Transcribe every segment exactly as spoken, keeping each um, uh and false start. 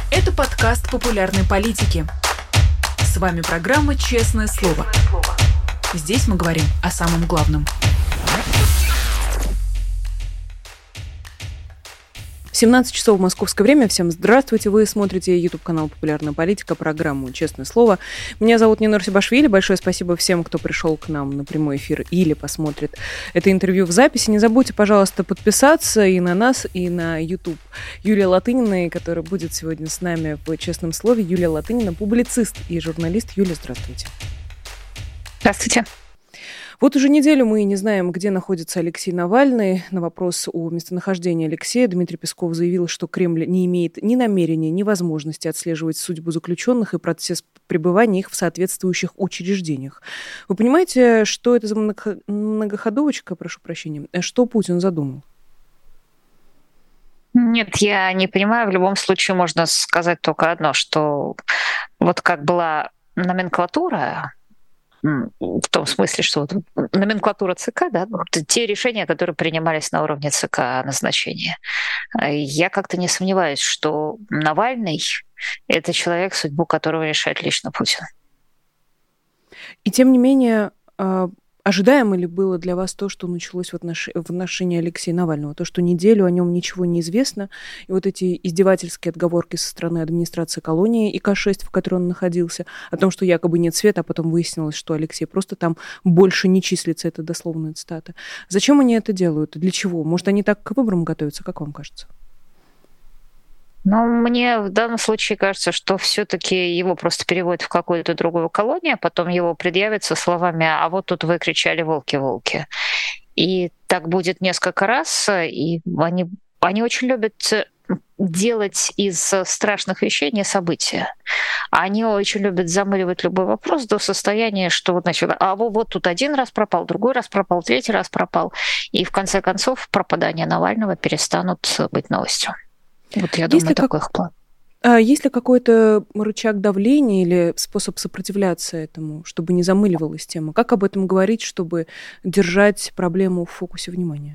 Это подкаст популярной политики. С вами программа «Честное слово». Здесь мы говорим о самом главном. семнадцать часов московское время. Всем здравствуйте. Вы смотрите YouTube-канал «Популярная политика», программу «Честное слово». Меня зовут Нина Русибашвили. Большое спасибо всем, кто пришел к нам на прямой эфир или посмотрит это интервью в записи. Не забудьте, пожалуйста, подписаться и на нас, и на YouTube. Юлия Латынина, которая будет сегодня с нами в «Честном слове». Юлия Латынина, публицист и журналист. Юлия, здравствуйте. Здравствуйте. Вот уже неделю мы не знаем, где находится Алексей Навальный. На вопрос о местонахождении Алексея Дмитрий Песков заявил, что Кремль не имеет ни намерения, ни возможности отслеживать судьбу заключенных и процесс пребывания их в соответствующих учреждениях. Вы понимаете, что это за многоходовочка, прошу прощения, что Путин задумал? Нет, я не понимаю. В любом случае можно сказать только одно, что вот как была номенклатура, в том смысле, что вот номенклатура ЦК, да, те решения, которые принимались на уровне ЦК о назначении. Я как-то не сомневаюсь, что Навальный — это человек, судьбу которого решает лично Путин. И тем не менее, ожидаемо ли было для вас то, что началось в, отнош... в отношении Алексея Навального? То, что неделю о нем ничего не известно, и вот эти издевательские отговорки со стороны администрации колонии и К шесть, в которой он находился, о том, что якобы нет света, а потом выяснилось, что Алексей просто там больше не числится, это дословная цитата. Зачем они это делают? Для чего? Может, они так к выборам готовятся, как вам кажется? Ну, мне в данном случае кажется, что все-таки его просто переводят в какую-то другую колонию, а потом его предъявят со словами: «А вот тут вы кричали «волки, волки». И так будет несколько раз, и они, они очень любят делать из страшных вещей не события. Они очень любят замыливать любой вопрос до состояния, что вот, значит, а вот тут один раз пропал, другой раз пропал, третий раз пропал. И в конце концов пропадания Навального перестанут быть новостью. Вот я думаю, такой их план. А есть ли какой-то рычаг давления или способ сопротивляться этому, чтобы не замыливалась тема? Как об этом говорить, чтобы держать проблему в фокусе внимания?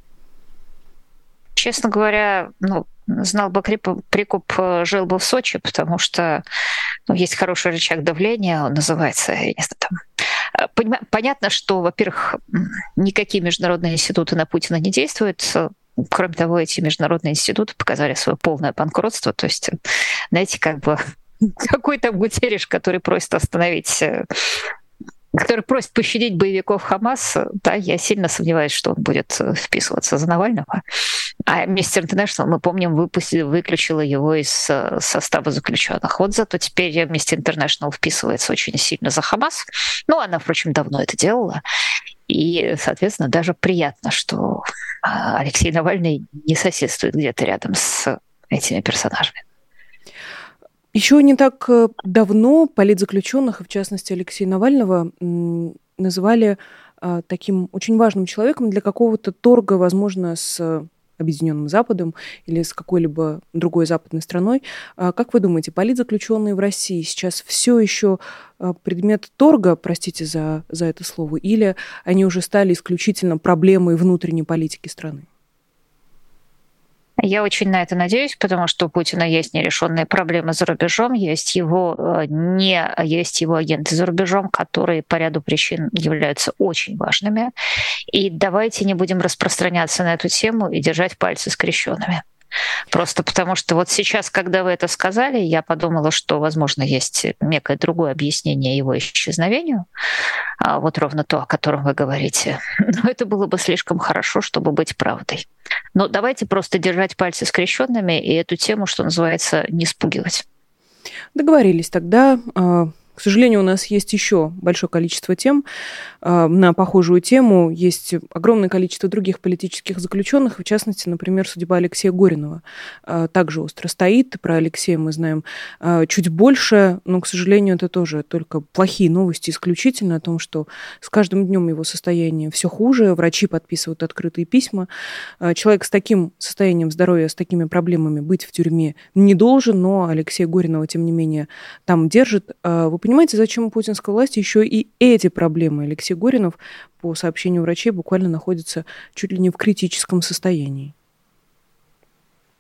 Честно говоря, ну, знал бы Прикуп, жил бы в Сочи, потому что ну, есть хороший рычаг давления, он называется, я не знаю, там... Понятно, что, во-первых, никакие международные институты на Путина не действуют. Кроме того, эти международные институты показали свое полное банкротство. То есть, знаете, как бы какой там Гутерриш, который просит остановить, который просит пощадить боевиков Хамас, да, я сильно сомневаюсь, что он будет вписываться за Навального. А Amnesty International, мы помним, выпустили, выключила его из состава заключенных. Вот зато теперь Amnesty International вписывается очень сильно за Хамас. Ну, она, впрочем, давно это делала. И, соответственно, даже приятно, что Алексей Навальный не соседствует где-то рядом с этими персонажами. Еще не так давно политзаключенных, и в частности Алексея Навального, называли таким очень важным человеком для какого-то торга, возможно, с Объединенным Западом или с какой-либо другой западной страной. Как вы думаете, политзаключенные в России сейчас все еще предмет торга, простите за, за это слово, или они уже стали исключительно проблемой внутренней политики страны? Я очень на это надеюсь, потому что у Путина есть нерешенные проблемы за рубежом, есть его, не, есть его агенты за рубежом, которые по ряду причин являются очень важными. И давайте не будем распространяться на эту тему и держать пальцы скрещенными. Просто потому что вот сейчас, когда вы это сказали, я подумала, что, возможно, есть некое другое объяснение его исчезновению, вот ровно то, о котором вы говорите. Но это было бы слишком хорошо, чтобы быть правдой. Но давайте просто держать пальцы скрещенными и эту тему, что называется, не спугивать. Договорились тогда. К сожалению, у нас есть еще большое количество тем на похожую тему. Есть огромное количество других политических заключенных, в частности, например, судьба Алексея Горинова также остро стоит. Про Алексея мы знаем чуть больше, но, к сожалению, это тоже только плохие новости исключительно о том, что с каждым днем его состояние все хуже. Врачи подписывают открытые письма. Человек с таким состоянием здоровья, с такими проблемами быть в тюрьме не должен, но Алексея Горинова, тем не менее, там держит. Вы понимаете, зачем у путинской власти еще и эти проблемы? Алексей Горинов, по сообщению врачей, буквально находится чуть ли не в критическом состоянии.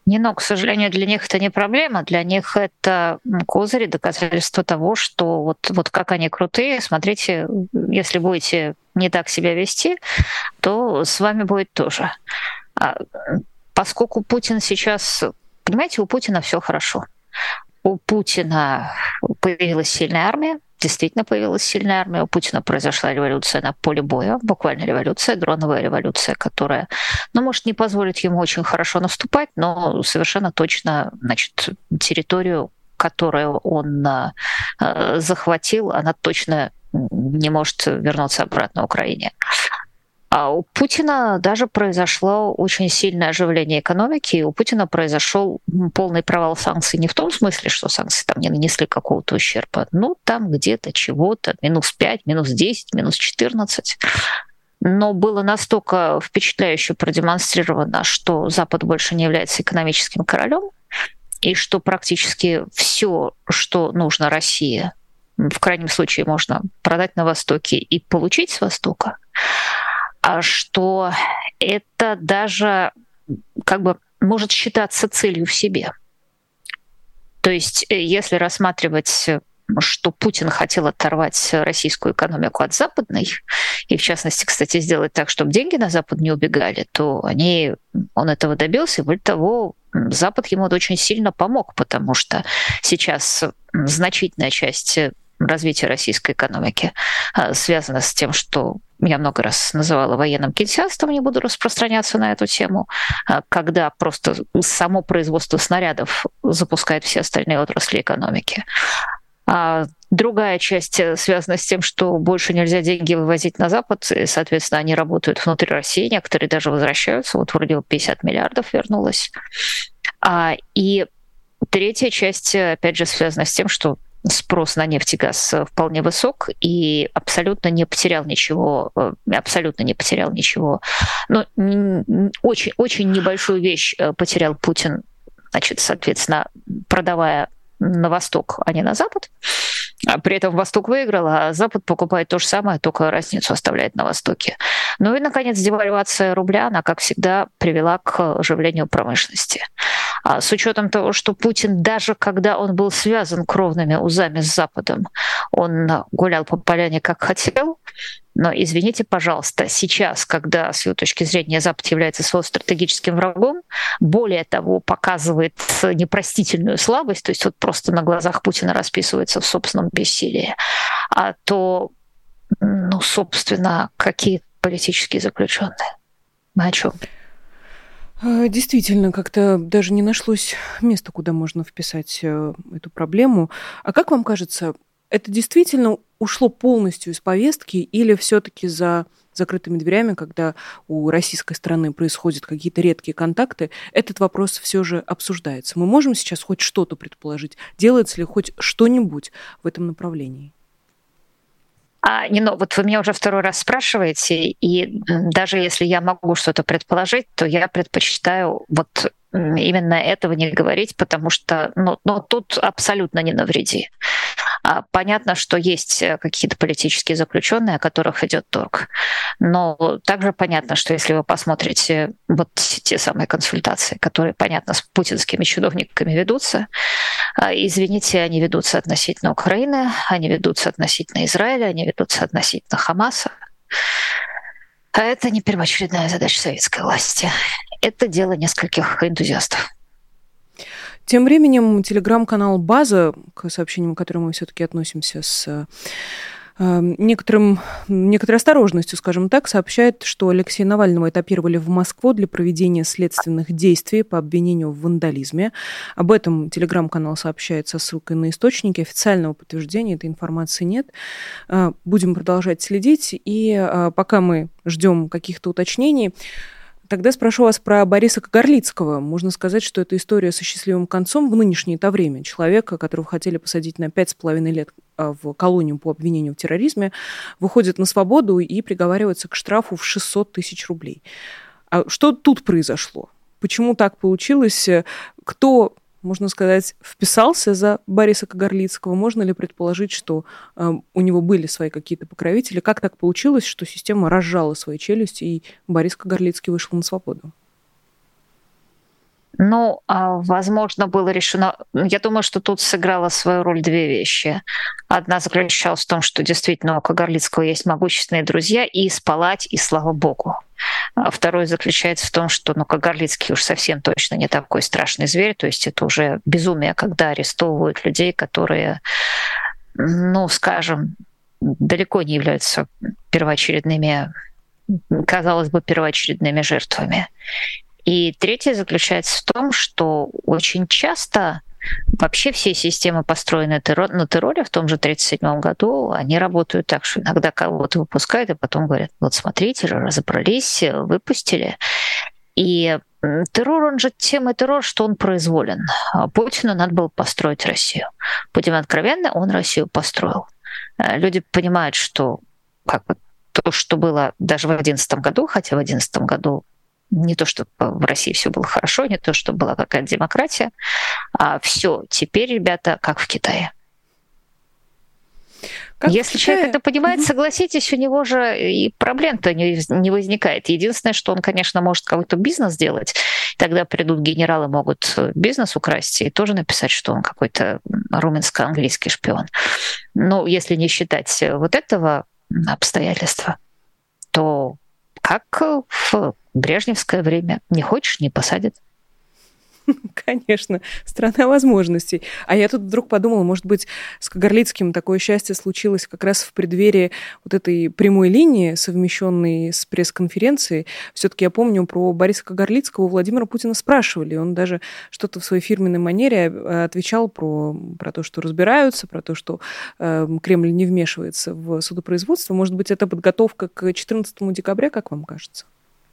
Не, но, к сожалению, для них это не проблема. Для них это козырь, доказательство того, что вот, вот как они крутые. Смотрите, если будете не так себя вести, то с вами будет тоже. А поскольку Путин сейчас... Понимаете, у Путина все хорошо. У Путина появилась сильная армия, действительно появилась сильная армия. У Путина произошла революция на поле боя, буквально революция, дроновая революция, которая, ну, может не позволить ему очень хорошо наступать, но совершенно точно, значит, территорию, которую он э, захватил, она точно не может вернуться обратно в Украине. А у Путина даже произошло очень сильное оживление экономики, и у Путина произошел полный провал санкций не в том смысле, что санкции там не нанесли какого-то ущерба, ну там где-то чего-то, минус пять, минус десять, минус четырнадцать. Но было настолько впечатляюще продемонстрировано, что Запад больше не является экономическим королем, и что практически все, что нужно России, в крайнем случае можно продать на Востоке и получить с Востока, а что это даже как бы может считаться целью в себе. То есть если рассматривать, что Путин хотел оторвать российскую экономику от западной, и в частности, кстати, сделать так, чтобы деньги на Запад не убегали, то они, он этого добился, и более того, Запад ему очень сильно помог, потому что сейчас значительная часть развития российской экономики связана с тем, что я много раз называла военным кейнсианством, не буду распространяться на эту тему, когда просто само производство снарядов запускает все остальные отрасли экономики. А другая часть связана с тем, что больше нельзя деньги вывозить на Запад, и, соответственно, они работают внутри России, некоторые даже возвращаются, вот вроде пятьдесят миллиардов вернулось. А, и третья часть, опять же, связана с тем, что спрос на нефть и газ вполне высок и абсолютно не потерял ничего, абсолютно не потерял ничего. Но очень, очень небольшую вещь потерял Путин, значит, соответственно, продавая на Восток, а не на Запад. А при этом Восток выиграл, а Запад покупает то же самое, только разницу оставляет на Востоке. Ну и, наконец, девальвация рубля, она, как всегда, привела к оживлению промышленности. А с учетом того, что Путин, даже когда он был связан кровными узами с Западом, он гулял по поляне как хотел, но, извините, пожалуйста, сейчас, когда, с его точки зрения, Запад является своим стратегическим врагом, более того, показывает непростительную слабость, то есть вот просто на глазах Путина расписывается в собственном бессилии, а то, ну, собственно, какие политические заключенные? Мы о чем? Действительно, как-то даже не нашлось места, куда можно вписать эту проблему. А как вам кажется, это действительно ушло полностью из повестки или все-таки за закрытыми дверями, когда у российской стороны происходят какие-то редкие контакты, этот вопрос все же обсуждается? Мы можем сейчас хоть что-то предположить? Делается ли хоть что-нибудь в этом направлении? А, не, ну, вот вы меня уже второй раз спрашиваете, и даже если я могу что-то предположить, то я предпочитаю вот именно этого не говорить, потому что ну, ну, тут абсолютно не навреди. Понятно, что есть какие-то политические заключенные, о которых идет торг. Но также понятно, что если вы посмотрите вот те самые консультации, которые, понятно, с путинскими чиновниками ведутся, извините, они ведутся относительно Украины, они ведутся относительно Израиля, они ведутся относительно Хамаса. А это не первоочередная задача советской власти. Это дело нескольких энтузиастов. Тем временем телеграм-канал «База», к сообщениям, к которым мы все-таки относимся с э, некоторым, некоторой осторожностью, скажем так, сообщает, что Алексея Навального этапировали в Москву для проведения следственных действий по обвинению в вандализме. Об этом телеграм-канал сообщает со ссылкой на источники. Официального подтверждения этой информации нет. Э, будем продолжать следить. И э, пока мы ждем каких-то уточнений, тогда спрошу вас про Бориса Кагарлицкого. Можно сказать, что это история со счастливым концом в нынешнее-то время. Человека, которого хотели посадить на пять с половиной лет в колонию по обвинению в терроризме, выходит на свободу и приговаривается к штрафу в шестьсот тысяч рублей. А что тут произошло? Почему так получилось? Кто, можно сказать, вписался за Бориса Кагарлицкого? Можно ли предположить, что э, у него были свои какие-то покровители? Как так получилось, что система разжала свои челюсти, и Борис Кагарлицкий вышел на свободу? Ну, возможно, было решено... Я думаю, что тут сыграла свою роль две вещи. Одна заключалась в том, что действительно у Кагарлицкого есть могущественные друзья, и спалать, и слава богу. А второе заключается в том, что ну, Кагарлицкий уж совсем точно не такой страшный зверь, то есть это уже безумие, когда арестовывают людей, которые, ну, скажем, далеко не являются первоочередными, казалось бы, первоочередными жертвами. И третье заключается в том, что очень часто вообще все системы, построенные на терроре, в том же тридцать седьмом году, они работают так, что иногда кого-то выпускают, и потом говорят, вот смотрите, разобрались, выпустили. И террор, он же тем и террор, что он произволен. Путину надо было построить Россию. Будем откровенны, он Россию построил. Люди понимают, что как бы, то, что было даже в две тысячи одиннадцатом году, хотя в две тысячи одиннадцатом году не то, что в России все было хорошо, не то, что была какая-то демократия, а все, теперь, ребята, как в Китае. Как Если человек это понимает, согласитесь, у него же и проблем-то не, не возникает. Единственное, что он, конечно, может какой-то бизнес делать, тогда придут генералы, могут бизнес украсть и тоже написать, что он какой-то румынско-английский шпион. Но если не считать вот этого обстоятельства, то как в брежневское время. Не хочешь — не посадят. Конечно, страна возможностей. А я тут вдруг подумала, может быть, с Кагарлицким такое счастье случилось как раз в преддверии вот этой прямой линии, совмещенной с пресс-конференцией. Все-таки я помню, про Бориса Кагарлицкого у Владимира Путина спрашивали. Он даже что-то в своей фирменной манере отвечал про, про то, что разбираются, про то, что э, Кремль не вмешивается в судопроизводство. Может быть, это подготовка к четырнадцатому декабря, как вам кажется?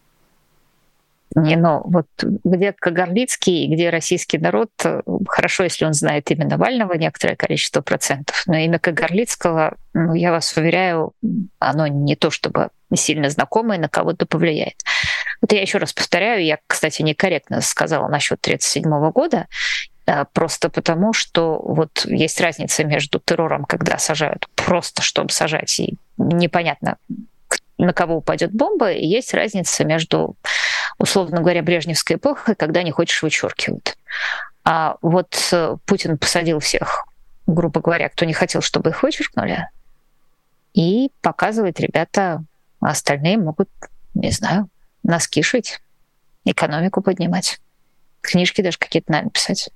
Не, ну вот где Кагарлицкий, где российский народ, хорошо, если он знает имя Навального, некоторое количество процентов, но имя Кагарлицкого, ну, я вас уверяю, оно не то чтобы сильно знакомое, на кого-то повлияет. Вот я еще раз повторяю, я, кстати, некорректно сказала насчет тридцать седьмого года, просто потому, что вот есть разница между террором, когда сажают просто, чтобы сажать, и непонятно, на кого упадет бомба, и есть разница между, условно говоря, брежневской эпохой, когда не хочешь — вычеркивают. А вот Путин посадил всех, грубо говоря, кто не хотел, чтобы их вычеркнули, и показывает, ребята, а остальные могут, не знаю, носки шить, экономику поднимать, книжки даже какие-то, наверное, писать.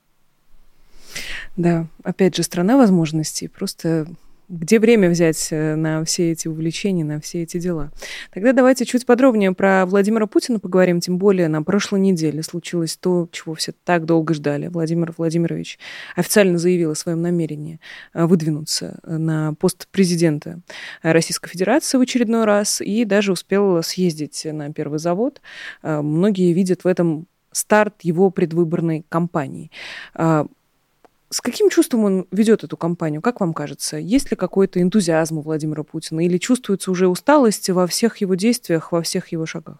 Да, опять же, страна возможностей, просто... Где время взять на все эти увлечения, на все эти дела? Тогда давайте чуть подробнее про Владимира Путина поговорим, тем более на прошлой неделе случилось то, чего все так долго ждали. Владимир Владимирович официально заявил о своем намерении выдвинуться на пост президента Российской Федерации в очередной раз и даже успел съездить на первый завод. Многие видят в этом старт его предвыборной кампании. С каким чувством он ведет эту кампанию? Как вам кажется? Есть ли какой-то энтузиазм у Владимира Путина? Или чувствуется уже усталость во всех его действиях, во всех его шагах?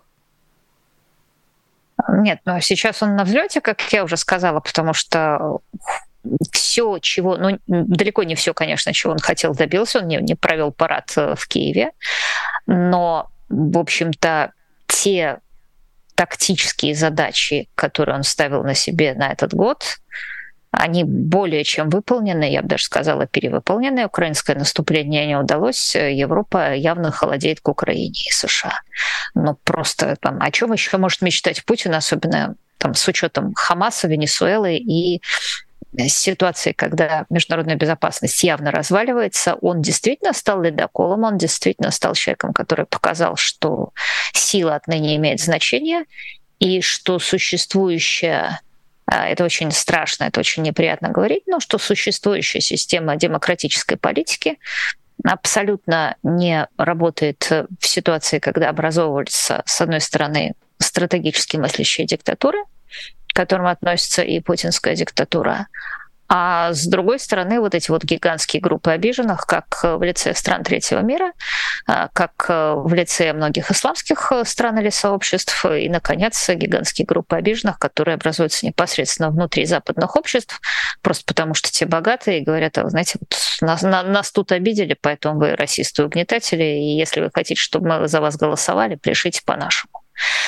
Нет, но сейчас он на взлете, как я уже сказала, потому что все, чего, ну, далеко не все, конечно, чего он хотел, добился. Он не, не провел парад в Киеве. Но, в общем-то, те тактические задачи, которые он ставил на себе на этот год, они более чем выполнены, я бы даже сказала, перевыполнены. Украинское наступление не удалось. Европа явно холодеет к Украине и США. Но просто там, о чем еще может мечтать Путин, особенно там, с учетом Хамаса, Венесуэлы и ситуации, когда международная безопасность явно разваливается, он действительно стал ледоколом, он действительно стал человеком, который показал, что сила отныне имеет значение, и что существующая... Это очень страшно, это очень неприятно говорить, но что существующая система демократической политики абсолютно не работает в ситуации, когда образовываются, с одной стороны, стратегически мыслящие диктатуры, к которым относится и путинская диктатура, а с другой стороны, вот эти вот гигантские группы обиженных, как в лице стран третьего мира, как в лице многих исламских стран или сообществ, и, наконец, гигантские группы обиженных, которые образуются непосредственно внутри западных обществ, просто потому что те богатые и говорят, а вы знаете, вот нас, нас тут обидели, поэтому вы расисты и угнетатели, и если вы хотите, чтобы мы за вас голосовали, пишите по-нашему.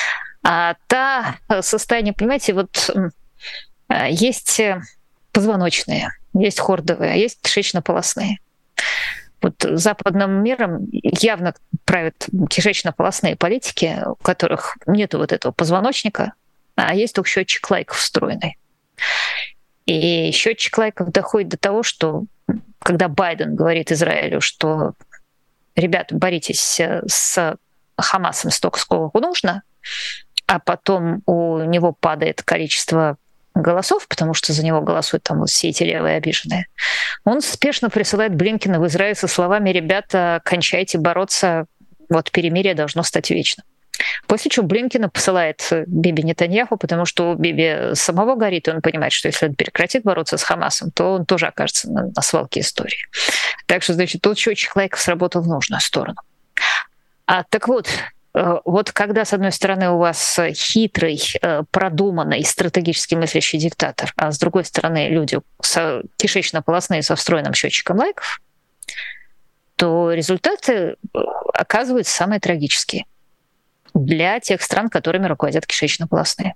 А та состояние, понимаете, вот есть позвоночные, есть хордовые, а есть кишечно-полостные. Вот западным миром явно правят кишечно-полостные политики, у которых нет вот этого позвоночника, а есть только счетчик лайков встроенный. И счетчик лайков доходит до того, что когда Байден говорит Израилю, что ребята, боритесь с Хамасом столько, сколько нужно, а потом у него падает количество голосов, потому что за него голосуют там вот все эти левые обиженные, он спешно присылает Блинкена в Израиль со словами: «Ребята, кончайте бороться, вот перемирие должно стать вечным». После чего Блинкена посылает Биби Нетаньяху, потому что у Биби самого горит, и он понимает, что если он прекратит бороться с Хамасом, то он тоже окажется на, на свалке истории. Так что, значит, тот счетчик лайков сработал в нужную сторону. А, так вот, вот когда, с одной стороны, у вас хитрый, продуманный, стратегически мыслящий диктатор, а с другой стороны, люди кишечно-полостные со встроенным счетчиком лайков, то результаты оказываются самые трагические для тех стран, которыми руководят кишечно-полостные.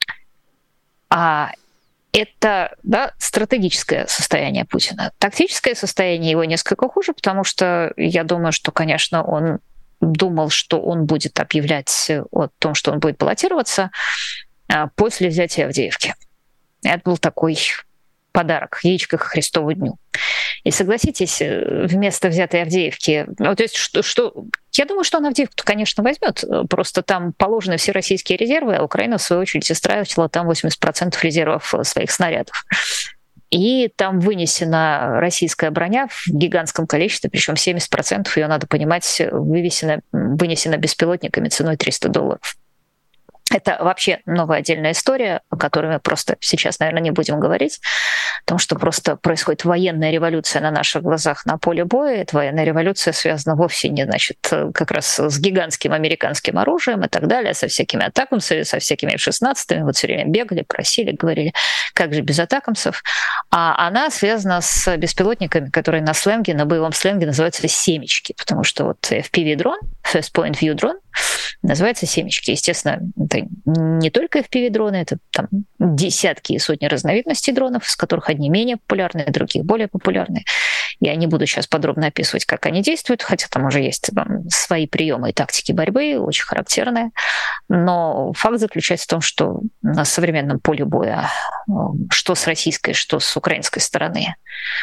А это, да, стратегическое состояние Путина. Тактическое состояние его несколько хуже, потому что я думаю, что, конечно, он думал, что он будет объявлять о том, что он будет баллотироваться после взятия Авдеевки. Это был такой подарок, яичко к Христову дню. И согласитесь, вместо взятой Авдеевки, ну, то есть что, что, я думаю, что он Авдеевку, конечно, возьмет, просто там положены все российские резервы, а Украина, в свою очередь, истратила там восемьдесят процентов резервов своих снарядов. И там вынесена российская броня в гигантском количестве, причем семьдесят процентов ее, надо понимать, вывесена, вынесена беспилотниками ценой триста долларов. Это вообще новая отдельная история, о которой мы просто сейчас, наверное, не будем говорить, потому что просто происходит военная революция на наших глазах на поле боя. Эта военная революция связана вовсе не, значит, как раз с гигантским американским оружием и так далее, со всякими атакамсами, со всякими эф шестнадцать. Вот все время бегали, просили, говорили, как же без атакамсов. А она связана с беспилотниками, которые на сленге, на боевом сленге называются семечки, потому что вот эф пи ви-дрон, First Point View дрон, называется семечки. Естественно, это не только эф пи ви-дроны, это там десятки и сотни разновидностей дронов, из которых одни менее популярные, другие более популярные. Я не буду сейчас подробно описывать, как они действуют, хотя там уже есть там свои приемы и тактики борьбы, очень характерные. Но факт заключается в том, что на современном поле боя, что с российской, что с украинской стороны,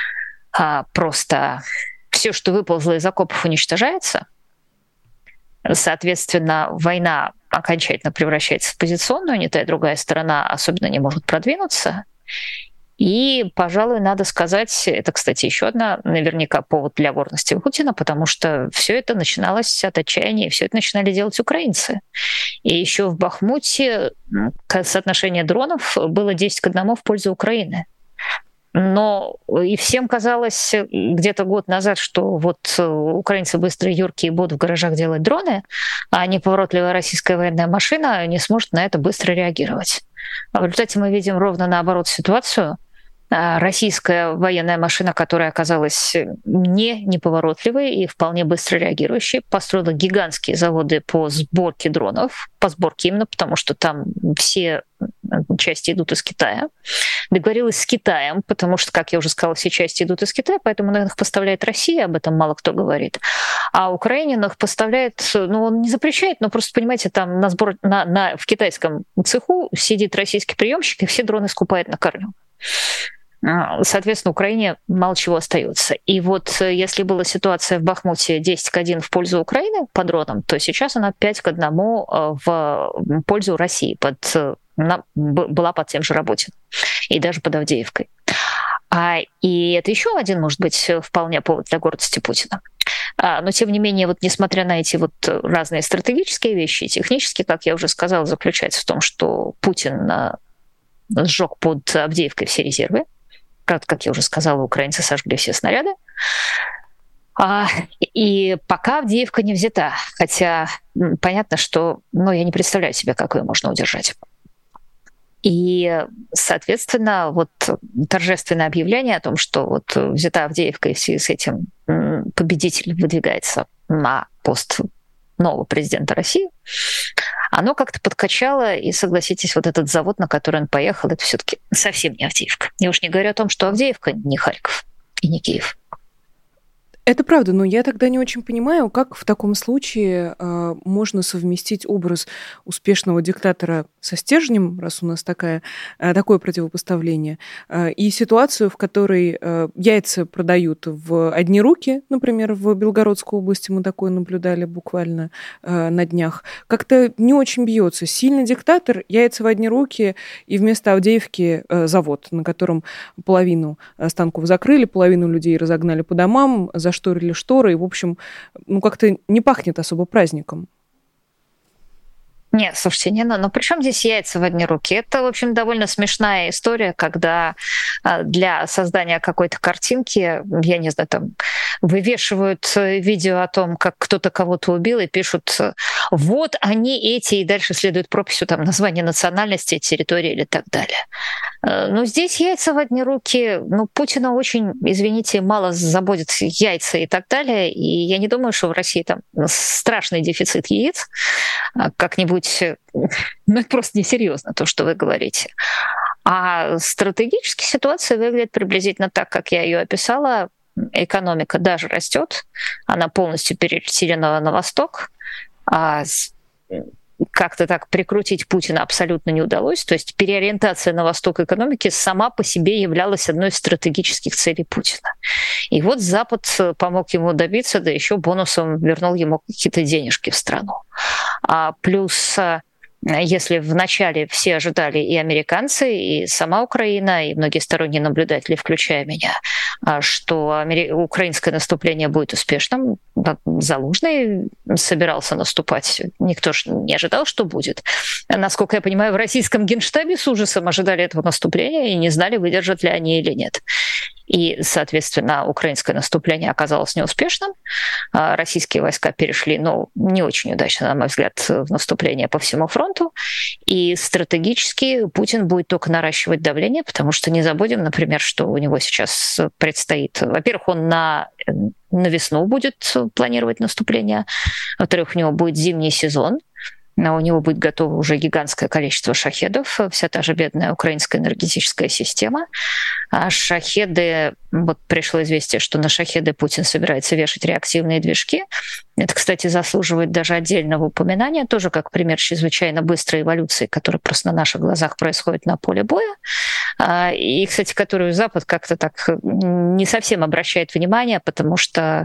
просто все, что выползло из окопов, уничтожается. Соответственно, война окончательно превращается в позиционную, ни та и другая сторона особенно не может продвинуться. И, пожалуй, надо сказать, это, кстати, еще одна наверняка повод для гордости Путина, потому что все это начиналось от отчаяния, все это начинали делать украинцы. И еще в Бахмуте соотношение дронов было десять к одному в пользу Украины. Но и всем казалось где-то год назад, что вот украинцы быстрые, юркие будут в гаражах делать дроны, а неповоротливая российская военная машина не сможет на это быстро реагировать. А в результате мы видим ровно наоборот ситуацию. Российская военная машина, которая оказалась не неповоротливой и вполне быстро реагирующей, построила гигантские заводы по сборке дронов, по сборке именно потому, что там все части идут из Китая. Договорилась с Китаем, потому что, как я уже сказала, все части идут из Китая, поэтому их поставляет Россия, об этом мало кто говорит. А Украине их поставляет, ну, он не запрещает, но просто, понимаете, там на сбор, на, на, в китайском цеху сидит российский приемщик и все дроны скупает на корню. Соответственно, Украине мало чего остается. И вот если была ситуация в Бахмуте десять к одному в пользу Украины по дронам, то сейчас она пять к одному в пользу России, под, на, была под тем же Работиным и даже под Авдеевкой. А, и это еще один, может быть, вполне повод для гордости Путина. А, но, тем не менее, вот несмотря на эти вот разные стратегические вещи, технически, как я уже сказала, заключается в том, что Путин сжег под Авдеевкой все резервы. Правда, как я уже сказала, украинцы сожгли все снаряды. А, и пока Авдеевка не взята. Хотя понятно, что ну, я не представляю себе, как ее можно удержать. И, соответственно, вот торжественное объявление о том, что вот взята Авдеевка, и в связи с этим победитель выдвигается на пост нового президента России, оно как-то подкачало, и, согласитесь, вот этот завод, на который он поехал, это все-таки совсем не Авдеевка. Я уж не говорю о том, что Авдеевка не Харьков и не Киев. Это правда, но я тогда не очень понимаю, как в таком случае э, можно совместить образ успешного диктатора со стержнем, раз у нас такая, э, такое противопоставление, э, и ситуацию, в которой э, яйца продают в одни руки, например, в Белгородской области мы такое наблюдали буквально э, на днях. Как-то не очень бьется. Сильный диктатор, яйца в одни руки, и вместо Авдеевки э, завод, на котором половину станков закрыли, половину людей разогнали по домам, за зашторили шторы, и, в общем, ну, как-то не пахнет особо праздником. Нет, слушайте, не, ну, но при чем здесь яйца в одни руки? Это, в общем, довольно смешная история, когда для создания какой-то картинки, я не знаю, там, вывешивают видео о том, как кто-то кого-то убил, и пишут, вот они эти, и дальше следует прописью там название национальности, территории или так далее. Но здесь яйца в одни руки. Ну, Путина очень, извините, мало заботит яйца и так далее. И я не думаю, что в России там страшный дефицит яиц. Как-нибудь... Ну, это просто несерьезно, то, что вы говорите. А стратегически ситуация выглядит приблизительно так, как я ее описала. Экономика даже растет. Она полностью переселена на восток. А как-то так прикрутить Путина абсолютно не удалось. То есть переориентация на восток экономики сама по себе являлась одной из стратегических целей Путина. И вот Запад помог ему добиться, да еще бонусом вернул ему какие-то денежки в страну. А плюс... Если вначале все ожидали, и американцы, и сама Украина, и многие сторонние наблюдатели, включая меня, что украинское наступление будет успешным, Залужный собирался наступать, никто же не ожидал, что будет. Насколько я понимаю, в российском Генштабе с ужасом ожидали этого наступления и не знали, выдержат ли они или нет. И, соответственно, украинское наступление оказалось неуспешным. Российские войска перешли, ну, не очень удачно, на мой взгляд, в наступление по всему фронту. И стратегически Путин будет только наращивать давление, потому что не забудем, например, что у него сейчас предстоит... Во-первых, он на, на весну будет планировать наступление. Во-вторых, у него будет зимний сезон. У него будет готово уже гигантское количество шахедов, вся та же бедная украинская энергетическая система. А шахеды, вот пришло известие, что на шахеды Путин собирается вешать реактивные движки. Это, кстати, заслуживает даже отдельного упоминания, тоже как пример чрезвычайно быстрой эволюции, которая просто на наших глазах происходит на поле боя. И, кстати, которую Запад как-то так не совсем обращает внимание, потому что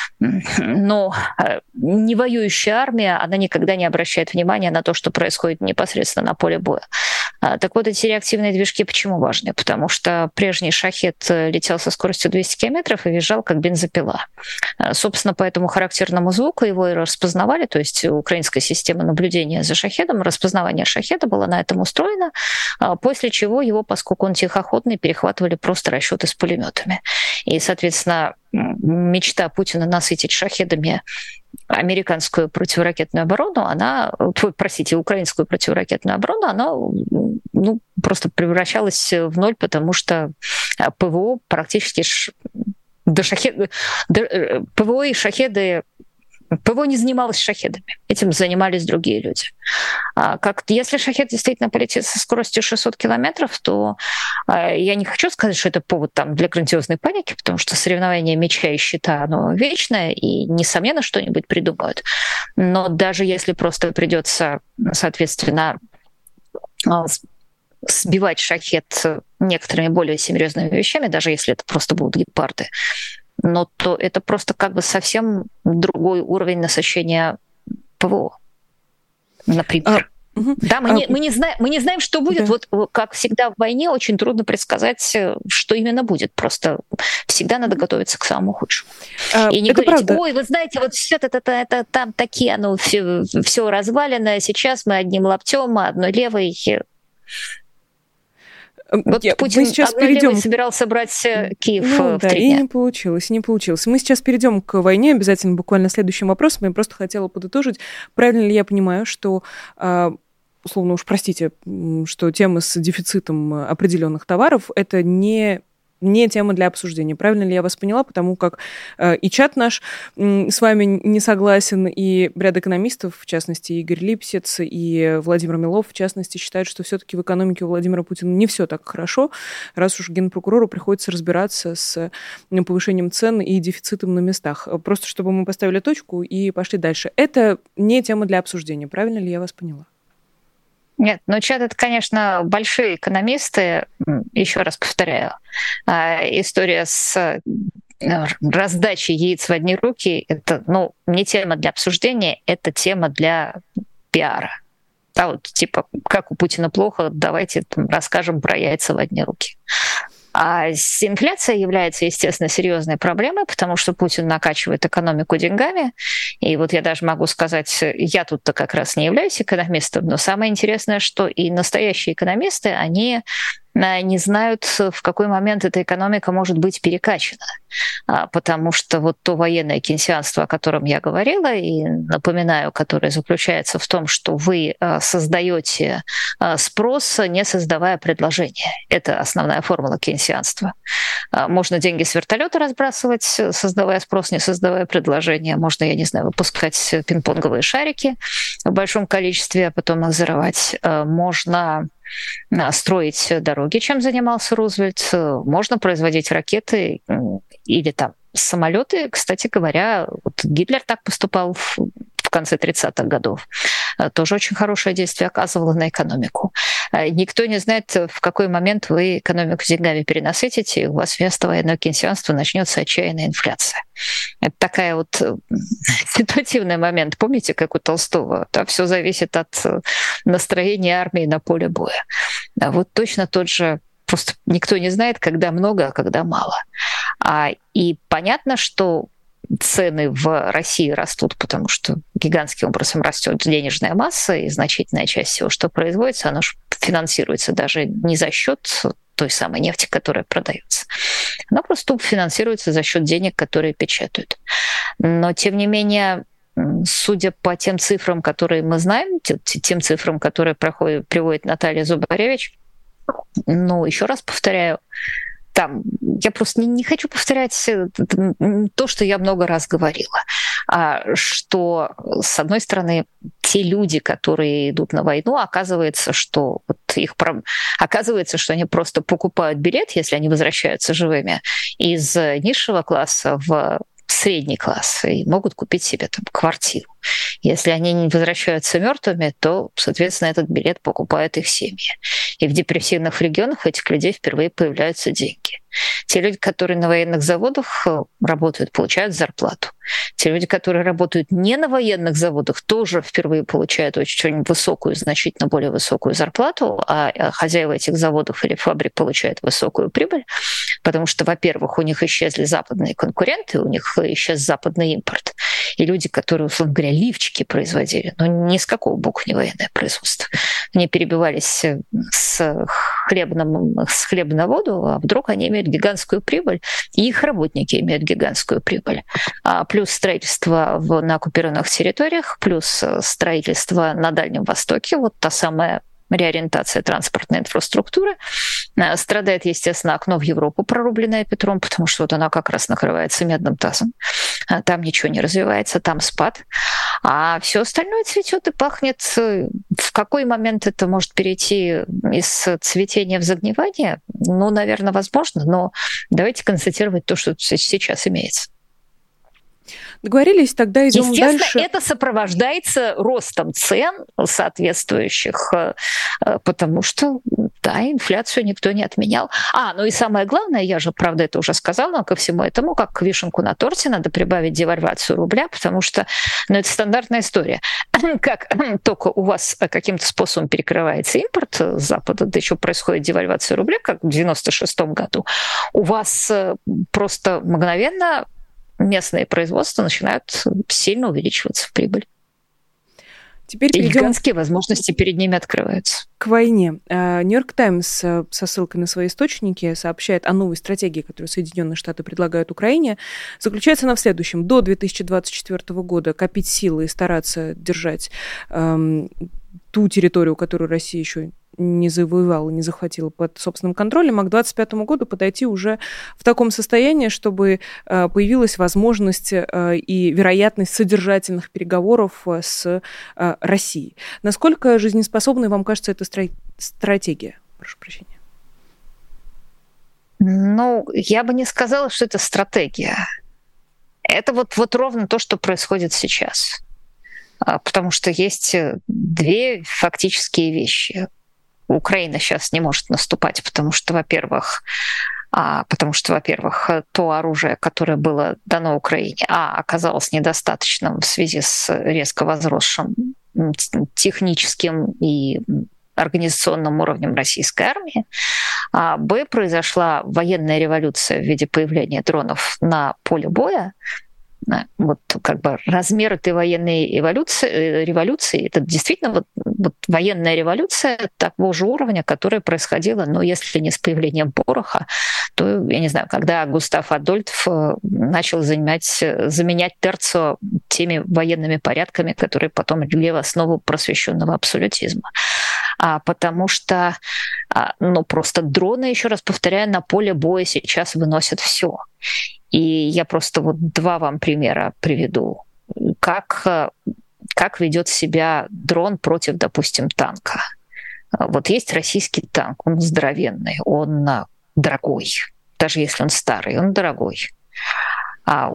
ну, не воюющая армия, она никогда не обращает внимания на то, что происходит непосредственно на поле боя. Так вот, эти реактивные движки почему важны? Потому что прежний шахед летел со скоростью двести километров и визжал как бензопила. Собственно, по этому характерному звуку его и распознавали, то есть украинская система наблюдения за шахедом, распознавание шахеда было на этом устроено, после чего его, поскольку он тихоходный, перехватывали просто расчеты с пулеметами. И, соответственно, мечта Путина насытить шахедами американскую противоракетную оборону, она, простите, украинскую противоракетную оборону, она ну, просто превращалась в ноль, потому что ПВО практически до шахед... до... ПВО и шахеды ПВО не занималось шахедами. Этим занимались другие люди. А как, если шахед действительно полетит со скоростью шестьсот километров, то а, я не хочу сказать, что это повод там, для грандиозной паники, потому что соревнование меча и щита, оно вечное, и, несомненно, что-нибудь придумают. Но даже если просто придется, соответственно, сбивать шахед некоторыми более серьезными вещами, даже если это просто будут гепарды, но то это просто как бы совсем другой уровень насыщения ПВО, например. А, угу. Да, мы, а, не, мы, не знаем, мы не знаем, что будет. Да. Вот как всегда в войне очень трудно предсказать, что именно будет. Просто всегда надо готовиться к самому худшему. А, и не говорить, правда. Ой, вы знаете, вот все это, это, это там такие, оно все, все развалено, сейчас мы одним локтем, одной левой... Вот Я, Путин сейчас перейдем... собирался брать Киев ну, в да, три и дня. не получилось, и не получилось. Мы сейчас перейдем к войне, обязательно буквально следующим вопросом. Я просто хотела подытожить, правильно ли я понимаю, что, условно уж простите, что тема с дефицитом определенных товаров – это не не тема для обсуждения. Правильно ли я вас поняла? Потому как э, и чат наш э, с вами не согласен, и ряд экономистов, в частности, Игорь Липсец и Владимир Милов, в частности, считают, что все-таки в экономике у Владимира Путина не все так хорошо, раз уж генпрокурору приходится разбираться с повышением цен и дефицитом на местах. Просто чтобы мы поставили точку и пошли дальше. Это не тема для обсуждения. Правильно ли я вас поняла? Нет, ну чат — это, конечно, большие экономисты. Еще раз повторяю, история с раздачей яиц в одни руки — это, ну, не тема для обсуждения, это тема для пиара. Да, вот типа, как у Путина плохо, давайте там расскажем про яйца в одни руки. А инфляция является, естественно, серьезной проблемой, потому что Путин накачивает экономику деньгами. И вот я даже могу сказать, я тут-то как раз не являюсь экономистом, но самое интересное, что и настоящие экономисты, они не знают, в какой момент эта экономика может быть перекачана. Потому что вот то военное кейнсианство, о котором я говорила, и напоминаю, которое заключается в том, что вы создаете спрос, не создавая предложение. Это основная формула кейнсианства. Можно деньги с вертолета разбрасывать, создавая спрос, не создавая предложение. Можно, я не знаю, выпускать пинг-понговые шарики в большом количестве, а потом их взрывать. Можно строить дороги, чем занимался Рузвельт. Можно производить ракеты или там самолеты. Кстати говоря, вот Гитлер так поступал в, в конце тридцатых годов. Тоже очень хорошее действие оказывало на экономику. Никто не знает, в какой момент вы экономику деньгами перенасытите, и у вас вместо военного кейнсианства начнется отчаянная инфляция. Это такая вот ситуативный момент. Помните, как у Толстого? Там все зависит от настроения армии на поле боя. А вот точно тот же. Просто никто не знает, когда много, а когда мало. А, и понятно, что цены в России растут, потому что гигантским образом растет денежная масса, и значительная часть всего, что производится, оно же финансируется даже не за счет той самой нефти, которая продается. Оно просто финансируется за счет денег, которые печатают. Но, тем не менее, судя по тем цифрам, которые мы знаем, тем цифрам, которые проходит, приводит Наталья Зубаревич, ну, еще раз повторяю, там, я просто не, не хочу повторять то, что я много раз говорила, а, что, с одной стороны, те люди, которые идут на войну, оказывается, что вот их оказывается, что они просто покупают билет, если они возвращаются живыми, из низшего класса в средний класс и могут купить себе там квартиру. Если они не возвращаются мертвыми, то, соответственно, этот билет покупают их семьи. И в депрессивных регионах у этих людей впервые появляются деньги. Те люди, которые на военных заводах работают, получают зарплату. Те люди, которые работают не на военных заводах, тоже впервые получают очень высокую, значительно более высокую зарплату, а хозяева этих заводов или фабрик получают высокую прибыль, потому что, во-первых, у них исчезли западные конкуренты, у них исчез западный импорт. И люди, которые, условно говоря, лифчики производили, но ни с какого боку не военное производство, они перебивались с хлеба на, с хлеба на воду, а вдруг они имеют гигантскую прибыль, и их работники имеют гигантскую прибыль. А плюс строительство в, на оккупированных территориях, плюс строительство на Дальнем Востоке, вот та самая реориентация транспортной инфраструктуры. Страдает, естественно, окно в Европу, прорубленное Петром, потому что вот она как раз накрывается медным тазом. Там ничего не развивается, там спад. А все остальное цветет и пахнет. В какой момент это может перейти из цветения в загнивание? Ну, наверное, возможно, но давайте констатировать то, что сейчас имеется. Договорились, тогда идем Естественно, дальше. Естественно, это сопровождается ростом цен соответствующих, потому что, да, инфляцию никто не отменял. А, ну и самое главное, я же, правда, это уже сказала, но ко всему этому, как вишенку на торте, надо прибавить девальвацию рубля, потому что, ну, это стандартная история. Как только у вас каким-то способом перекрывается импорт с Запада, да еще происходит девальвация рубля, как в девяносто шестом году, у вас просто мгновенно местные производства начинают сильно увеличиваться в прибыль. Теперь и гигантские возможности перед ними открываются. К войне. Нью-Йорк Таймс со ссылкой на свои источники сообщает о новой стратегии, которую Соединенные Штаты предлагают Украине. Заключается она в следующем. До две тысячи двадцать четвёртого года копить силы и стараться держать эм, ту территорию, которую Россия еще не завоевала, не захватила под собственным контролем, а к двадцать пятому году подойти уже в таком состоянии, чтобы появилась возможность и вероятность содержательных переговоров с Россией. Насколько жизнеспособной вам кажется эта стратегия? Прошу прощения. Ну, я бы не сказала, что это стратегия. Это вот, вот ровно то, что происходит сейчас. Потому что есть две фактические вещи. Украина сейчас не может наступать, потому что, во-первых, а, потому что, во-первых, то оружие, которое было дано Украине, а, оказалось недостаточным в связи с резко возросшим техническим и организационным уровнем российской армии, а, б, произошла военная революция в виде появления дронов на поле боя. Вот как бы размер этой военной эволюции, революции, это действительно вот, вот военная революция такого же уровня, которая происходила, но если не с появлением пороха, то, я не знаю, когда Густав Адольф начал занимать, заменять терцио теми военными порядками, которые потом легли в основу просвещенного абсолютизма. А, потому что а, ну, просто дроны, еще раз повторяю, на поле боя сейчас выносят все. И я просто вот два вам примера приведу. Как, как ведет себя дрон против, допустим, танка. Вот есть российский танк, он здоровенный, он дорогой. Даже если он старый, он дорогой. А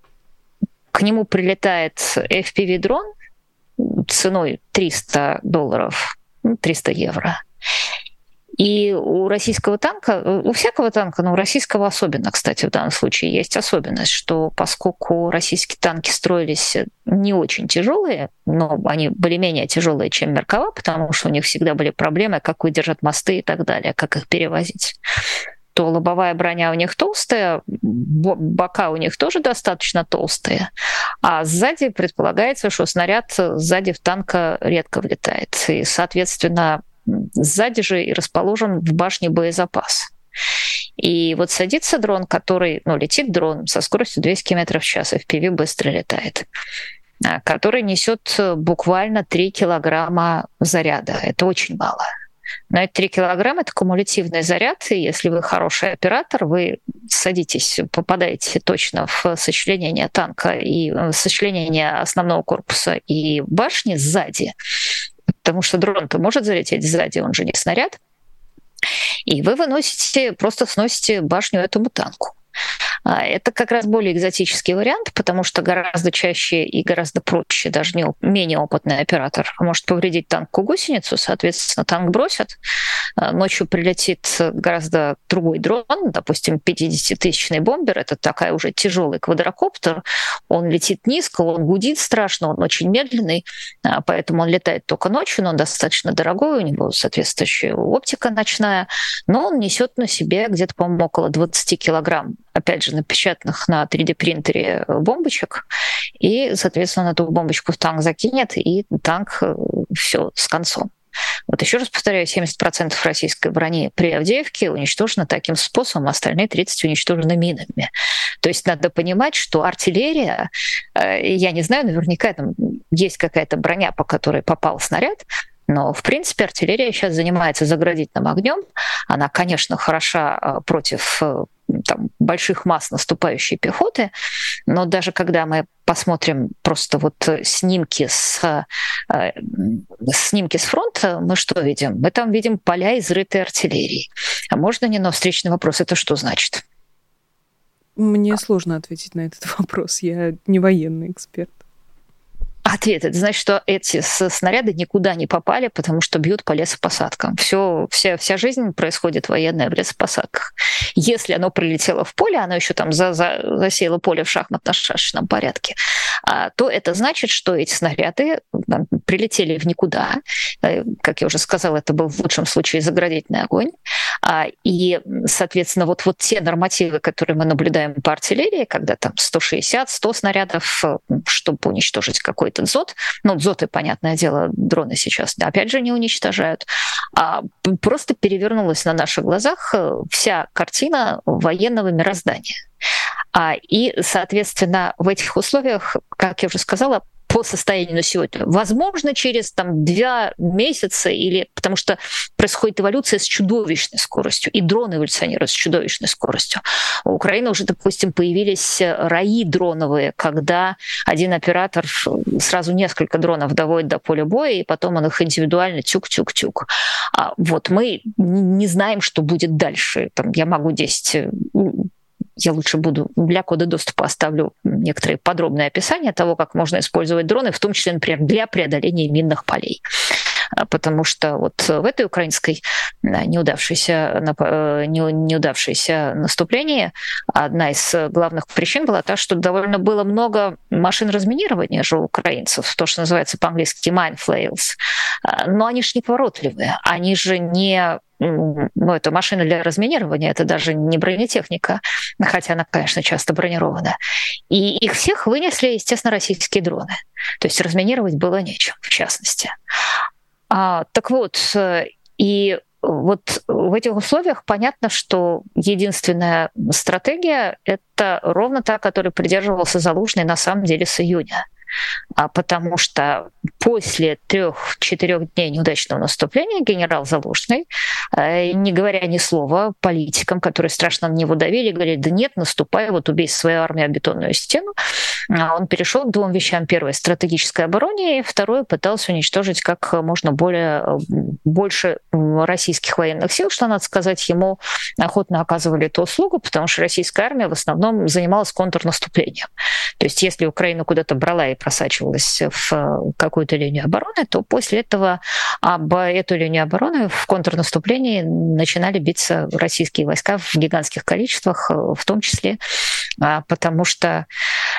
к нему прилетает эф пи ви-дрон ценой триста долларов, триста евро. И у российского танка, у всякого танка, но у российского особенно, кстати, в данном случае есть особенность, что поскольку российские танки строились не очень тяжелые, но они были менее тяжелые, чем Меркава, потому что у них всегда были проблемы, как выдержат мосты и так далее, как их перевозить, то лобовая броня у них толстая, бока у них тоже достаточно толстые, а сзади предполагается, что снаряд сзади в танка редко влетает. И, соответственно, сзади же и расположен в башне боезапас. И вот садится дрон, который, ну, летит дрон со скоростью двести километров в час, эф пи ви быстро летает, который несет буквально три килограмма заряда. Это очень мало. Но это три килограмма — это кумулятивный заряд, и если вы хороший оператор, вы садитесь, попадаете точно в сочленение танка и в сочленение основного корпуса и башни сзади, потому что дрон-то может залететь сзади, он же не снаряд, и вы выносите, просто сносите башню этому танку. Это как раз более экзотический вариант, потому что гораздо чаще и гораздо проще, даже не, менее опытный оператор может повредить танковую гусеницу, соответственно, танк бросят, ночью прилетит гораздо другой дрон, допустим, пятидесятитысячный бомбер, это такая уже тяжелый квадрокоптер, он летит низко, он гудит страшно, он очень медленный, поэтому он летает только ночью, но он достаточно дорогой, у него соответствующая оптика ночная, но он несет на себе где-то, по-моему, около двадцать килограмм, опять же, напечатанных на три дэ-принтере бомбочек, и, соответственно, эту бомбочку в танк закинет, и танк все с концом. Вот еще раз повторяю, семьдесят процентов российской брони при Авдеевке уничтожено таким способом, остальные тридцать процентов уничтожены минами. То есть надо понимать, что артиллерия, я не знаю, наверняка там есть какая-то броня, по которой попал снаряд, но, в принципе, артиллерия сейчас занимается заградительным огнем. Она, конечно, хороша против там, больших масс наступающей пехоты, но даже когда мы посмотрим просто вот снимки с, э, снимки с фронта, мы что видим? Мы там видим поля, изрытые артиллерией. А можно не, но встречный вопрос, это что значит? Мне сложно ответить на этот вопрос. Я не военный эксперт. Ответ — это значит, что эти снаряды никуда не попали, потому что бьют по лесопосадкам. Все, вся, вся жизнь происходит военная в лесопосадках. Если оно прилетело в поле, оно еще там за, за, засеяло поле в шахматно-шашечном порядке, а, то это значит, что эти снаряды там, прилетели в никуда. Как я уже сказала, это был в лучшем случае заградительный огонь. А, и, соответственно, вот, вот те нормативы, которые мы наблюдаем по артиллерии, когда там сто шестьдесят - сто снарядов, чтобы уничтожить какой-то дзот. Ну, дзоты, понятное дело, дроны сейчас, да, опять же, не уничтожают. А просто перевернулась на наших глазах вся картина военного мироздания. А, и, соответственно, в этих условиях, как я уже сказала, по состоянию на сегодня. Возможно, через там, два месяца, или потому что происходит эволюция с чудовищной скоростью, и дроны эволюционируют с чудовищной скоростью. У Украины уже, допустим, появились раи дроновые, когда один оператор сразу несколько дронов доводит до поля боя, и потом он их индивидуально тюк-тюк-тюк. А вот мы не знаем, что будет дальше. Там, я могу десять... Я лучше буду для кода доступа оставлю некоторые подробные описания того, как можно использовать дроны, в том числе, например, для преодоления минных полей. Потому что вот в этой украинской неудавшейся, неудавшейся наступлении одна из главных причин была та, что довольно было много машин разминирования же у украинцев, то, что называется по-английски mineflails. Но они же неповоротливые, они же не... Ну, это машина для разминирования, это даже не бронетехника, хотя она, конечно, часто бронирована. И их всех вынесли, естественно, российские дроны. То есть разминировать было нечем, в частности. А, так вот, и вот в этих условиях понятно, что единственная стратегия — это ровно та, которой придерживался Залужный на самом деле с июня. А потому что после трех-четырех дней неудачного наступления генерал Залужный, не говоря ни слова политикам, которые страшно на него давили, говорили: да нет, наступай, вот убей свою армию о бетонную стену, он перешел к двум вещам. Первое — стратегической обороне, и второе — пытался уничтожить как можно более, больше российских военных сил, что, надо сказать, ему охотно оказывали эту услугу, потому что российская армия в основном занималась контрнаступлением. То есть если Украина куда-то брала и просачивалась в какую-то линию обороны, то после этого об эту линию обороны в контрнаступлении начинали биться российские войска в гигантских количествах, в том числе потому что...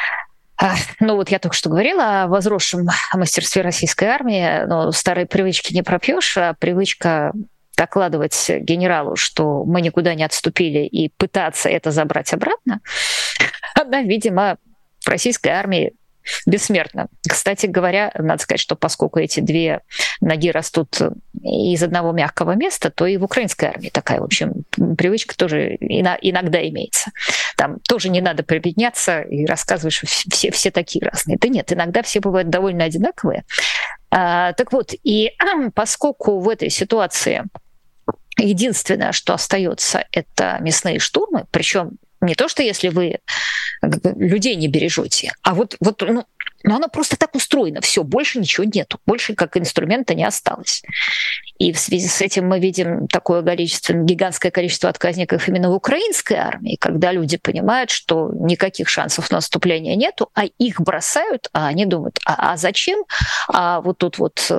Ну вот я только что говорила о возросшем мастерстве российской армии, но старые привычки не пропьешь, а привычка докладывать генералу, что мы никуда не отступили, и пытаться это забрать обратно, она, видимо, в российской армии бессмертна. Кстати говоря, надо сказать, что поскольку эти две ноги растут из одного мягкого места, то и в украинской армии такая, в общем, привычка тоже иногда имеется. Там тоже не надо прибедняться и рассказывать, что все, все такие разные. Да нет, иногда все бывают довольно одинаковые. А, так вот, и поскольку в этой ситуации единственное, что остается, это мясные штурмы, причем не то, что если вы людей не бережете, а вот, вот ну, ну, оно просто так устроено, все, больше ничего нету, больше как инструмента не осталось. И в связи с этим мы видим такое количество, гигантское количество отказников именно в украинской армии, когда люди понимают, что никаких шансов на наступление нету, а их бросают, а они думают: а, а зачем? А вот тут вот...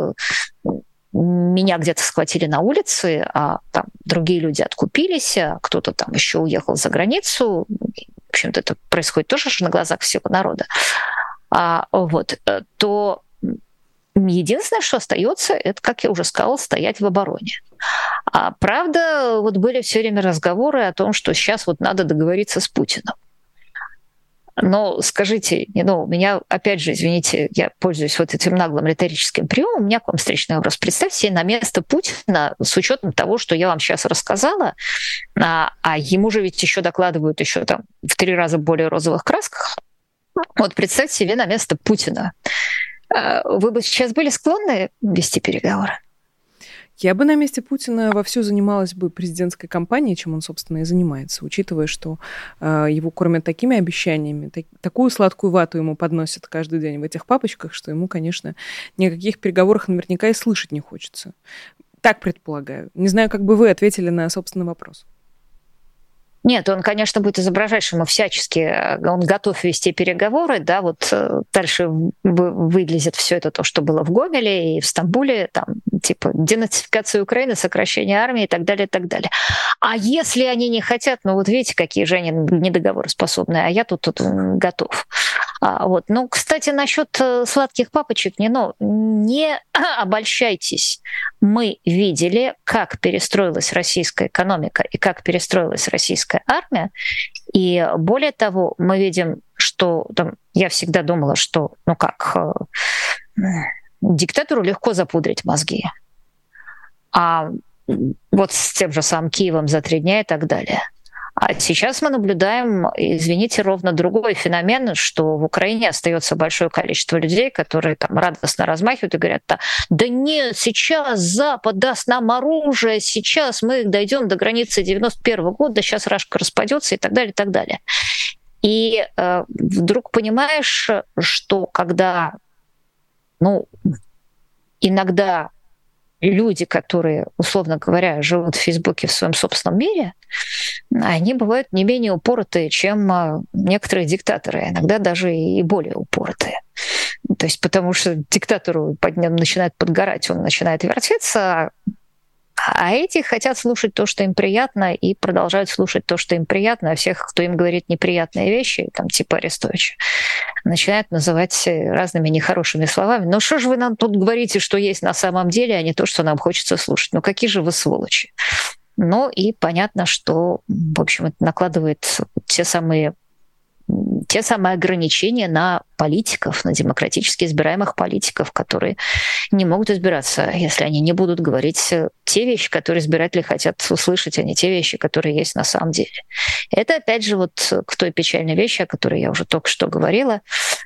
меня где-то схватили на улице, а там другие люди откупились, а кто-то там еще уехал за границу. В общем-то, это происходит тоже на глазах всего народа. А, вот, то единственное, что остается, это, как я уже сказала, стоять в обороне. А правда, вот были все время разговоры о том, что сейчас вот надо договориться с Путиным. Но скажите, ну, у меня, опять же, извините, я пользуюсь вот этим наглым риторическим приемом, у меня к вам встречный вопрос. Представьте себе на место Путина с учетом того, что я вам сейчас рассказала, а, а ему же ведь еще докладывают еще там в три раза более розовых красках. Вот представьте себе на место Путина. Вы бы сейчас были склонны вести переговоры? Я бы на месте Путина вовсю занималась бы президентской кампанией, чем он, собственно, и занимается, учитывая, что э, его кормят такими обещаниями, так, такую сладкую вату ему подносят каждый день в этих папочках, что ему, конечно, ни о каких переговорах наверняка и слышать не хочется. Так предполагаю. Не знаю, как бы вы ответили на собственный вопрос. Нет, он, конечно, будет изображать, что ему всячески он готов вести переговоры, да, вот дальше вылезет все это то, что было в Гомеле и в Стамбуле, там, типа денацификация Украины, сокращение армии и так далее, и так далее. А если они не хотят, ну вот видите, какие же они недоговороспособные, а я тут, тут готов. А, вот. Ну, кстати, насчет сладких папочек, не, ну, не обольщайтесь. Мы видели, как перестроилась российская экономика и как перестроилась российская армия. И более того, мы видим, что там, я всегда думала, что, ну как, э, диктатуру легко запудрить мозги. А вот с тем же самым Киевом за три дня и так далее. А сейчас мы наблюдаем, извините, ровно другой феномен, что в Украине остается большое количество людей, которые там радостно размахивают и говорят: да нет, сейчас Запад даст нам оружие, сейчас мы дойдем до границы девяносто первого года, сейчас Рашка распадется и так далее, и так далее. И э, вдруг понимаешь, что когда, ну, иногда люди, которые, условно говоря, живут в Фейсбуке в своем собственном мире, они бывают не менее упоротые, чем некоторые диктаторы, иногда даже и более упоротые. То есть потому что диктатору под ним начинает подгорать, он начинает вертеться, а эти хотят слушать то, что им приятно, и продолжают слушать то, что им приятно, а всех, кто им говорит неприятные вещи, там, типа Арестовича, начинают называть разными нехорошими словами. Ну что же вы нам тут говорите, что есть на самом деле, а не то, что нам хочется слушать? Ну какие же вы сволочи? Ну и понятно, что, в общем, это накладывает те самые те самые ограничения на политиков, на демократически избираемых политиков, которые не могут избираться, если они не будут говорить те вещи, которые избиратели хотят услышать, а не те вещи, которые есть на самом деле. Это, опять же, вот к той печальной вещи, о которой я уже только что говорила,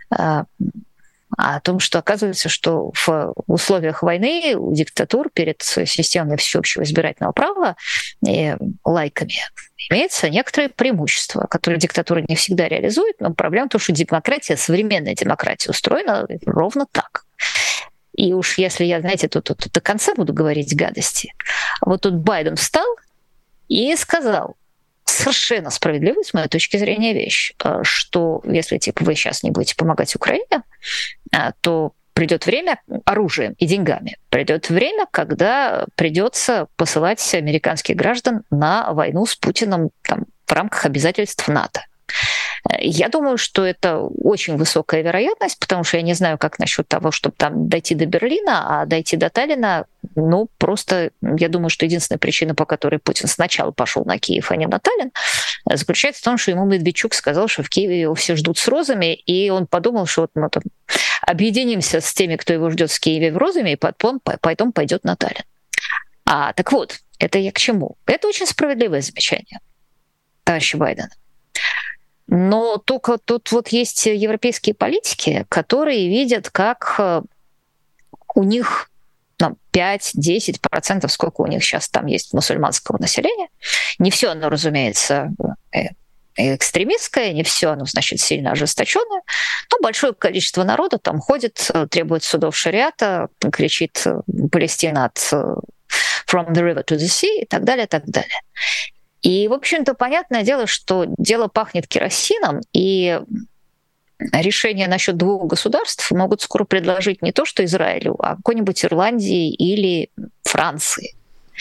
о том, что оказывается, что в условиях войны у диктатур перед системой всеобщего избирательного права и лайками имеется некоторые преимущества, которые диктатура не всегда реализует, но проблема в том, что демократия, современная демократия устроена ровно так. И уж если я, знаете, тут, тут, тут до конца буду говорить гадости, вот тут Байден встал и сказал совершенно справедливую, с моей точки зрения, вещь, что если типа вы сейчас не будете помогать Украине, то придет время оружием и деньгами. Придет время, когда придется посылать американских граждан на войну с Путиным там, в рамках обязательств НАТО. Я думаю, что это очень высокая вероятность, потому что я не знаю, как насчет того, чтобы там дойти до Берлина, а дойти до Таллина, ну, просто я думаю, что единственная причина, по которой Путин сначала пошел на Киев, а не на Таллин, заключается в том, что ему Медведчук сказал, что в Киеве его все ждут с розами, и он подумал, что вот мы там объединимся с теми, кто его ждет в Киеве в розами, и потом, потом пойдет на Таллин. А, так вот, это я к чему? Это очень справедливое замечание товарища Байдена. Но только тут вот есть европейские политики, которые видят, как у них ну, пять-десять процентов, сколько у них сейчас там есть мусульманского населения. Не все оно, разумеется, экстремистское, не все оно, значит, сильно ожесточенное, но большое количество народа там ходит, требует судов шариата, кричит Палестина от «from the river to the sea» и так далее, и так далее. И, в общем-то, понятное дело, что дело пахнет керосином, и решения насчет двух государств могут скоро предложить не то что Израилю, а какой-нибудь Ирландии или Франции.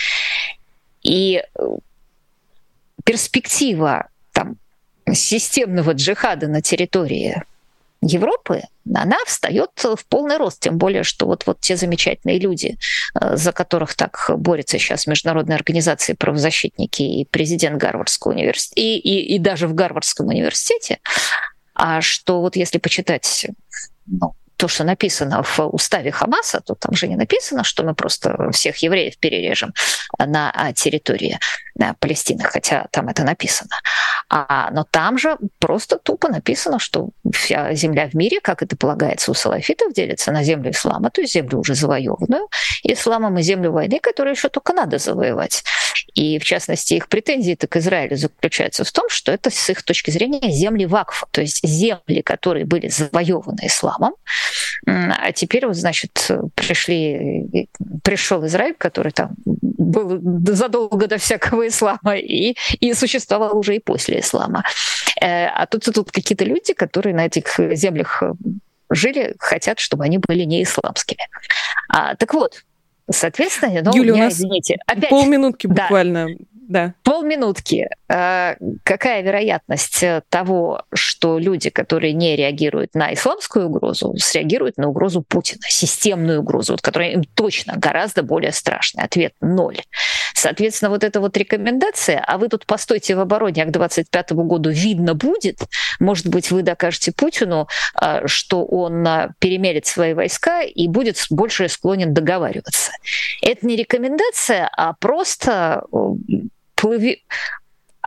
И перспектива там, системного джихада на территории Европы, она встает в полный рост, тем более, что вот, вот те замечательные люди, за которых так борются сейчас международные организации, правозащитники и президент Гарвардского университета, и, и, и даже в Гарвардском университете, а что вот если почитать ну, то, что написано в уставе Хамаса, то там же не написано, что мы просто всех евреев перережем на территории Палестины, хотя там это написано. А, но там же просто тупо написано, что вся земля в мире, как это полагается у салафитов, делится на землю ислама, то есть землю уже завоеванную исламом, и землю войны, которую еще только надо завоевать. И, в частности, их претензии к Израилю заключаются в том, что это, с их точки зрения, земли вакфа, то есть земли, которые были завоеваны исламом, а теперь, вот, значит, пришли, пришел Израиль, который там был задолго до всякого ислама и, и существовал уже и после ислама. А тут, тут какие-то люди, которые на этих землях жили, хотят, чтобы они были не исламскими. А, так вот, соответственно, ну, Юля, я, у нас извините, опять... полминутки да. буквально. Да. Полминутки. Какая вероятность того, что люди, которые не реагируют на исламскую угрозу, среагируют на угрозу Путина, системную угрозу, вот, которая им точно гораздо более страшная? Ответ — ноль. Соответственно, вот эта вот рекомендация, а вы тут постойте в обороне, а к двадцать пятому году видно будет, может быть, вы докажете Путину, что он перемерит свои войска и будет больше склонен договариваться. Это не рекомендация, а просто... Плыви...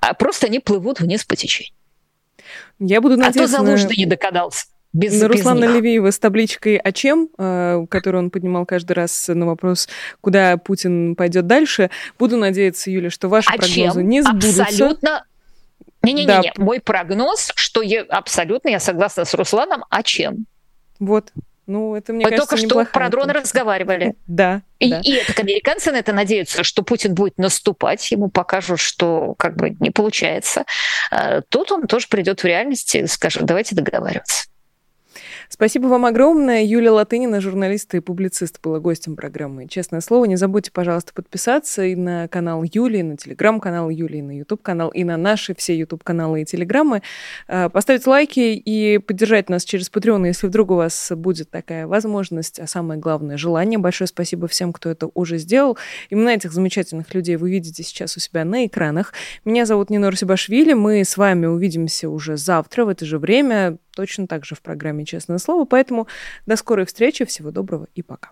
А просто они плывут вниз по течению. Я буду надеяться... А то Залужный не догадался. Без, на без Руслана них. Левиева с табличкой «А чем?», которую он поднимал каждый раз на вопрос, куда Путин пойдет дальше. Буду надеяться, Юля, что ваши а прогнозы чем? не сбудутся. Абсолютно. Не-не-не, да. мой прогноз, что я абсолютно, я согласна с Русланом, а чем? Вот. Ну, это, мне Мы кажется, только что про дроны точка. разговаривали. Да, и, да. И это американцы на это надеются, что Путин будет наступать, ему покажут, что как бы не получается. Тут он тоже придет в реальность и скажет, давайте договариваться. Спасибо вам огромное. Юлия Латынина, журналист и публицист, была гостем программы «Честное слово». Не забудьте, пожалуйста, подписаться и на канал Юлии, на телеграм-канал Юлии, на ютуб-канал и на наши все ютуб-каналы и телеграммы. Поставить лайки и поддержать нас через Patreon, если вдруг у вас будет такая возможность, а самое главное, желание. Большое спасибо всем, кто это уже сделал. Именно этих замечательных людей вы видите сейчас у себя на экранах. Меня зовут Нинор Сибашвили. Мы с вами увидимся уже завтра в это же время, точно так же в программе «Честное слово». Поэтому до скорой встречи, всего доброго и пока.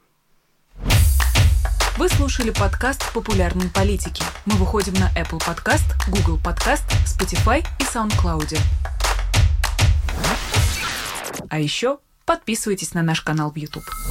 Вы слушали подкаст «Популярные политики». Мы выходим на Apple Podcast, Google Podcast, Spotify и SoundCloud. А еще подписывайтесь на наш канал в YouTube.